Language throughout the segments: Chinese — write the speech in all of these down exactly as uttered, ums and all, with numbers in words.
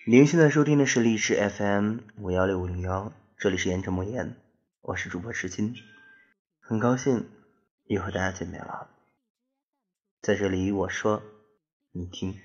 您现在收听的是励志 F M 五幺六五零幺，这里是言者莫言，我是主播池金，很高兴又和大家见面了。在这里我说你听。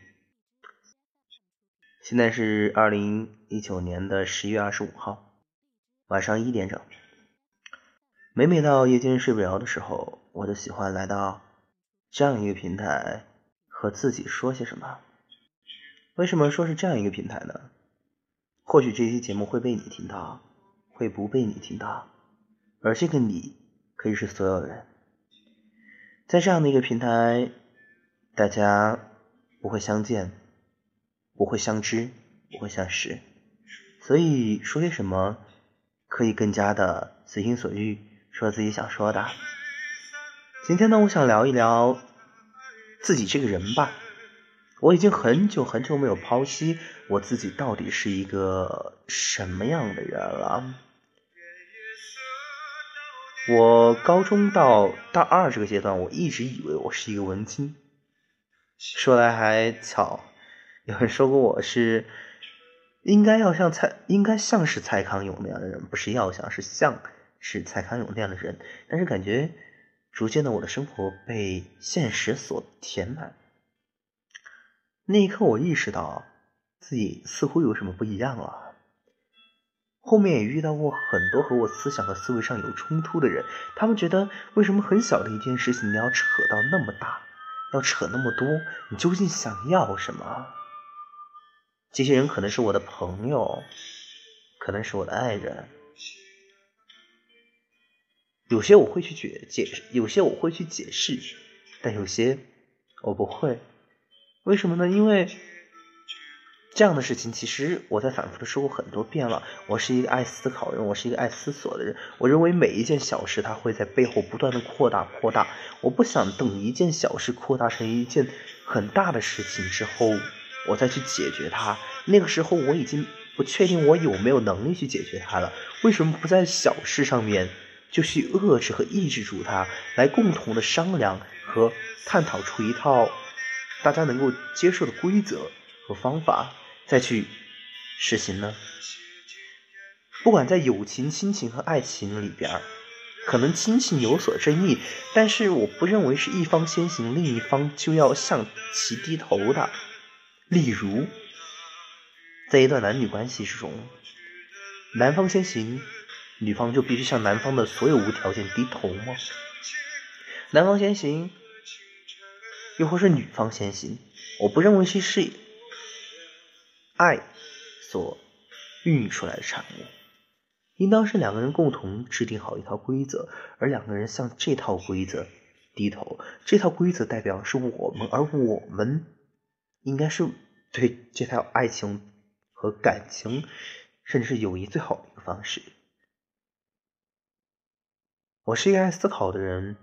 现在是二零一九年的十一月二十五号晚上一点整。每每到夜间睡不着的时候，我就喜欢来到这样一个平台和自己说些什么。为什么说是这样一个平台呢？或许这期节目会被你听到，会不被你听到，而这个你可以是所有人。在这样的一个平台，大家不会相见，不会相知，不会相识，所以说些什么可以更加的随心所欲，说自己想说的。今天呢，我想聊一聊自己这个人吧。我已经很久很久没有剖析我自己到底是一个什么样的人了。我高中到大二这个阶段，我一直以为我是一个文青。说来还巧，有人说过我是应该要像蔡，应该像是蔡康永那样的人，不是要像，是像是蔡康永那样的人。但是感觉逐渐的，我的生活被现实所填满。那一刻我意识到自己似乎有什么不一样了。后面也遇到过很多和我思想和思维上有冲突的人，他们觉得为什么很小的一件事情你要扯到那么大，要扯那么多，你究竟想要什么？这些人可能是我的朋友，可能是我的爱人，有些我会去解解释，有些我会去解释，但有些我不会。为什么呢？因为这样的事情其实我在反复的说过很多遍了。我是一个爱思考的人，我是一个爱思索的人。我认为每一件小事它会在背后不断的扩大扩大，我不想等一件小事扩大成一件很大的事情之后我再去解决它。那个时候我已经不确定我有没有能力去解决它了。为什么不在小事上面就去遏制和抑制住它，来共同的商量和探讨出一套大家能够接受的规则和方法，再去实行呢？不管在友情、亲情和爱情里边，可能亲情有所争议，但是我不认为是一方先行，另一方就要向其低头的。例如，在一段男女关系之中，男方先行，女方就必须向男方的所有无条件低头吗？男方先行，又或是女方先行，我不认为这是爱所孕育出来的产物，应当是两个人共同制定好一套规则，而两个人向这套规则低头。这套规则代表是我们，而我们应该是对这套爱情和感情甚至是友谊最好的一个方式。我是一个爱思考的人，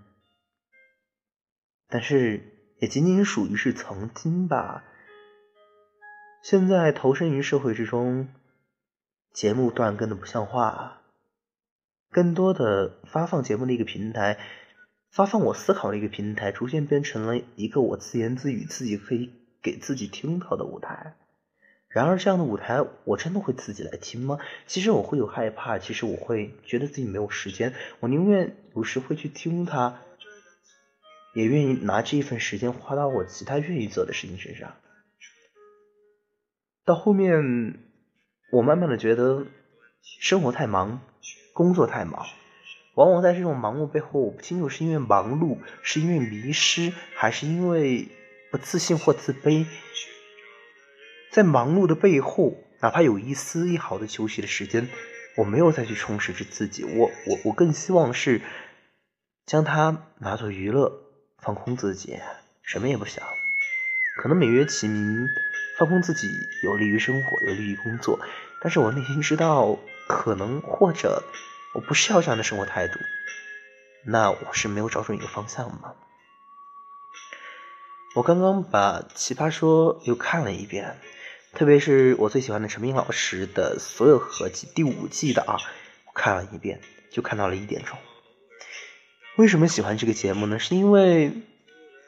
但是也仅仅属于是曾经吧。现在投身于社会之中，节目断更的不像话，更多的发放节目的一个平台，发放我思考的一个平台，逐渐变成了一个我自言自语自己可以给自己听到的舞台。然而这样的舞台我真的会自己来听吗？其实我会有害怕，其实我会觉得自己没有时间，我宁愿有时会去听它，也愿意拿这一份时间花到我其他愿意做的事情身上。到后面我慢慢的觉得生活太忙，工作太忙，往往在这种忙碌背后，我不清楚是因为忙碌，是因为迷失，还是因为不自信或自卑。在忙碌的背后，哪怕有一丝一毫的休息的时间，我没有再去充实着自己，我我我更希望是将它拿作娱乐，放空自己，什么也不想。可能美曰其名，放空自己有利于生活，有利于工作，但是我内心知道，可能或者我不是要这样的生活态度，那我是没有找准一个方向吗？我刚刚把奇葩说又看了一遍，特别是我最喜欢的陈明老师的所有合集第五季的啊，我看了一遍，就看到了一点钟。为什么喜欢这个节目呢？是因为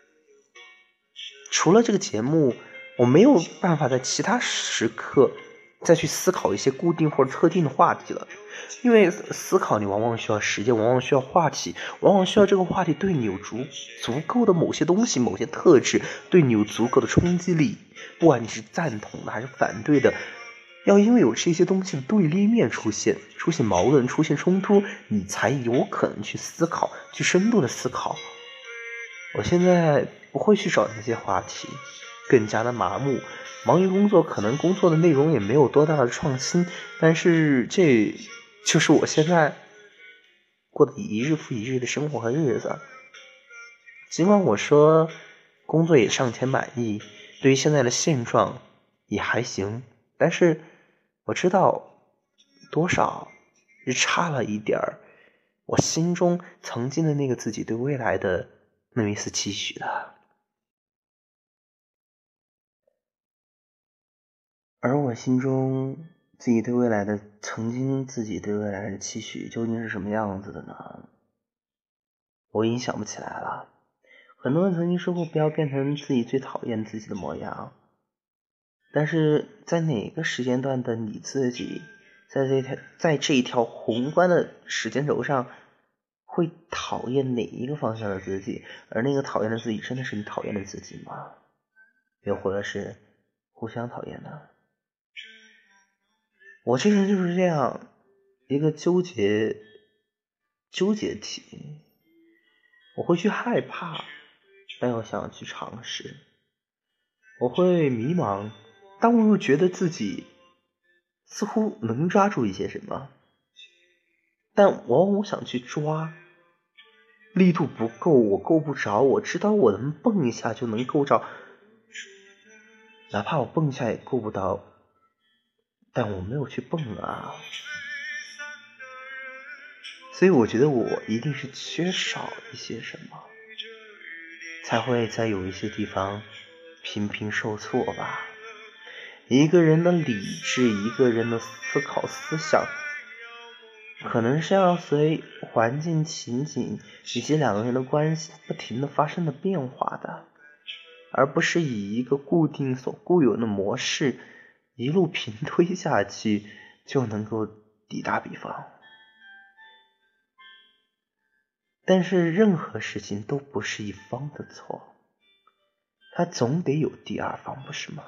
除了这个节目，我没有办法在其他时刻再去思考一些固定或者特定的话题了。因为思考你往往需要时间，往往需要话题，往往需要这个话题对你有足足够的某些东西，某些特质对你有足够的冲击力，不管你是赞同的还是反对的，要因为有这些东西的对立面出现，出现矛盾，出现冲突，你才有可能去思考，去深度的思考。我现在不会去找那些话题，更加的麻木，忙于工作，可能工作的内容也没有多大的创新，但是这就是我现在过的一日复一日的生活和日子。尽管我说工作也尚且满意，对于现在的现状也还行，但是我知道多少是差了一点儿我心中曾经的那个自己对未来的那么一丝期许的。而我心中自己对未来的曾经自己对未来的期许究竟是什么样子的呢？我已经想不起来了。很多人曾经说过不要变成自己最讨厌自己的模样，但是在哪个时间段的你自己在这条在这一条宏观的时间轴上会讨厌哪一个方向的自己？而那个讨厌的自己真的是你讨厌的自己吗？又或者是互相讨厌呢？我这个人就是这样一个纠结纠结体，我会去害怕，但又想去尝试，我会迷茫，但我又觉得自己似乎能抓住一些什么，但往往想去抓，力度不够，我够不着，我知道我能蹦一下就能够着，哪怕我蹦一下也够不到，但我没有去蹦啊。所以我觉得我一定是缺少一些什么，才会在有一些地方频频受挫吧。一个人的理智，一个人的思考思想，可能是要随环境情景以及两个人的关系不停的发生的变化的，而不是以一个固定所固有的模式一路平推下去就能够抵达彼方。但是任何事情都不是一方的错，它总得有第二方，不是吗？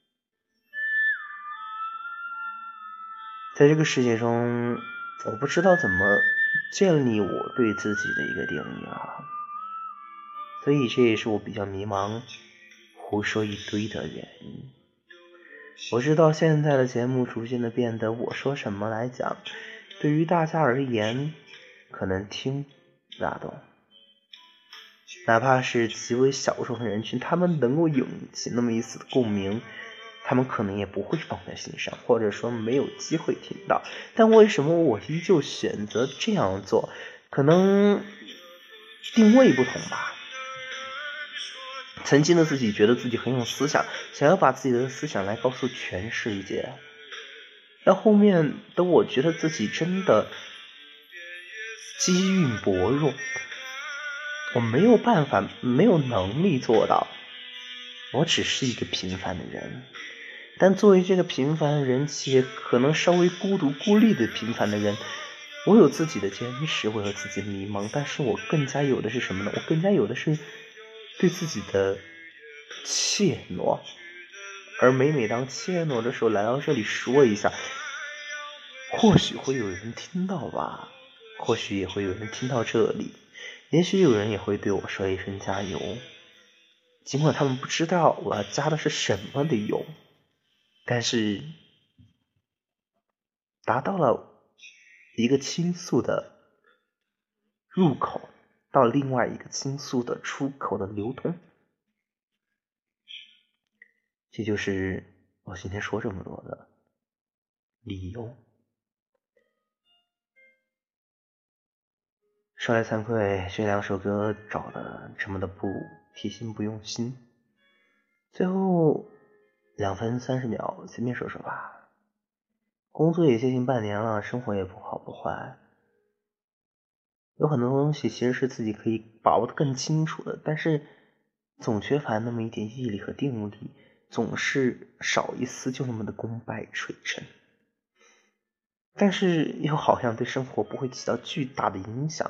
在这个世界中，我不知道怎么建立我对自己的一个定义啊，所以这也是我比较迷茫胡说一堆的原因。我知道现在的节目逐渐的变得我说什么来讲，对于大家而言可能听不大懂，哪怕是极为小众的人群，他们能够引起那么一丝的共鸣，他们可能也不会放在心上，或者说没有机会听到。但为什么我依旧选择这样做？可能定位不同吧。曾经的自己觉得自己很有思想，想要把自己的思想来告诉全世界。但后面等我觉得自己真的机运薄弱，我没有办法，没有能力做到，我只是一个平凡的人。但作为这个平凡的人，且可能稍微孤独孤立的平凡的人，我有自己的坚持，我有自己的迷茫，但是我更加有的是什么呢？我更加有的是对自己的怯懦。而每每当怯懦的时候来到这里说一下，或许会有人听到吧，或许也会有人听到这里，也许有人也会对我说一声加油，尽管他们不知道我要加的是什么的油，但是达到了一个倾诉的入口，到另外一个倾诉的出口的流通。这就是我今天说这么多的理由。说来惭愧，这两首歌找的这么的不贴心不用心。最后两分三十秒随便说说吧。工作也接近半年了，生活也不好不坏，有很多东西其实是自己可以把握的更清楚的，但是总缺乏那么一点毅力和定力， 总是少一丝就那么的功败垂成，但是又好像对生活不会起到巨大的影响。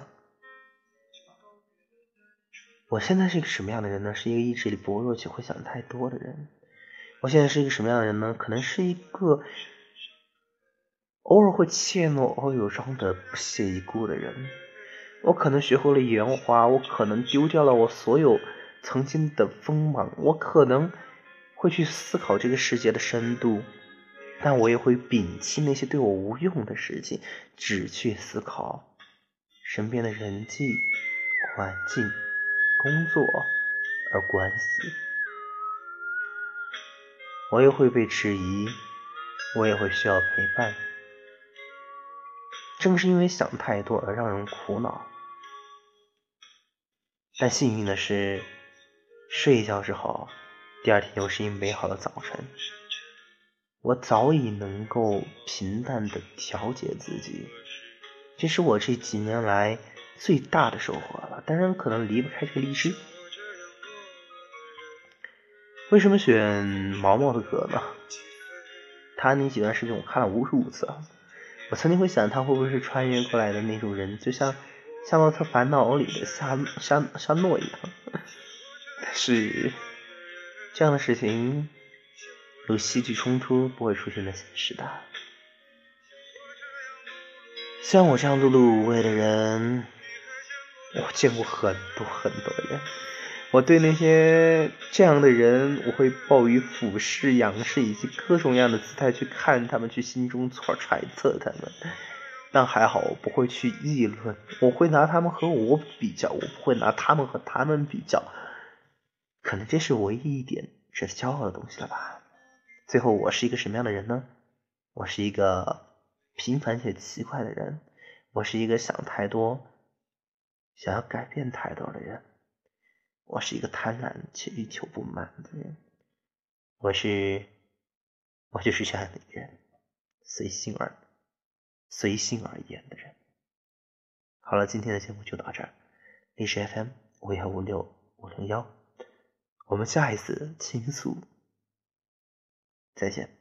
我现在是一个什么样的人呢？是一个意志力薄弱且会想太多的人。我现在是一个什么样的人呢？可能是一个偶尔会怯懦偶有伤的不屑一顾的人。我可能学会了圆滑，我可能丢掉了我所有曾经的锋芒，我可能会去思考这个世界的深度，但我也会摒弃那些对我无用的事情，只去思考身边的人际环境工作而关系。我也会被质疑，我也会需要陪伴。正是因为想太多而让人苦恼，但幸运的是，睡一觉之后，第二天又是一美好的早晨。我早已能够平淡地调节自己，这是我这几年来最大的收获了。当然可能离不开这个荔枝。为什么选毛毛的歌呢？他那几段视频我看了无数次啊，我曾经会想他会不会是穿越过来的那种人，就像《夏洛特烦恼》里的夏夏夏诺一样。但是这样的事情有戏剧冲突不会出现在现实的。像我这样碌碌无为的人，我见过很多很多人，我对那些这样的人，我会抱于俯视、仰视以及各种各样的姿态去看他们，去心中揣测他们。但还好我不会去议论，我会拿他们和我比较，我不会拿他们和他们比较。可能这是唯一一点值得骄傲的东西了吧。最后我是一个什么样的人呢？我是一个平凡且奇怪的人，我是一个想太多想要改变太多的人，我是一个贪婪且欲求不满的人，我是我就是这样的一个人，随性而随性而言的人。好了，今天的节目就到这儿。历史 F M 五幺五六五零幺，我们下一次倾诉再见。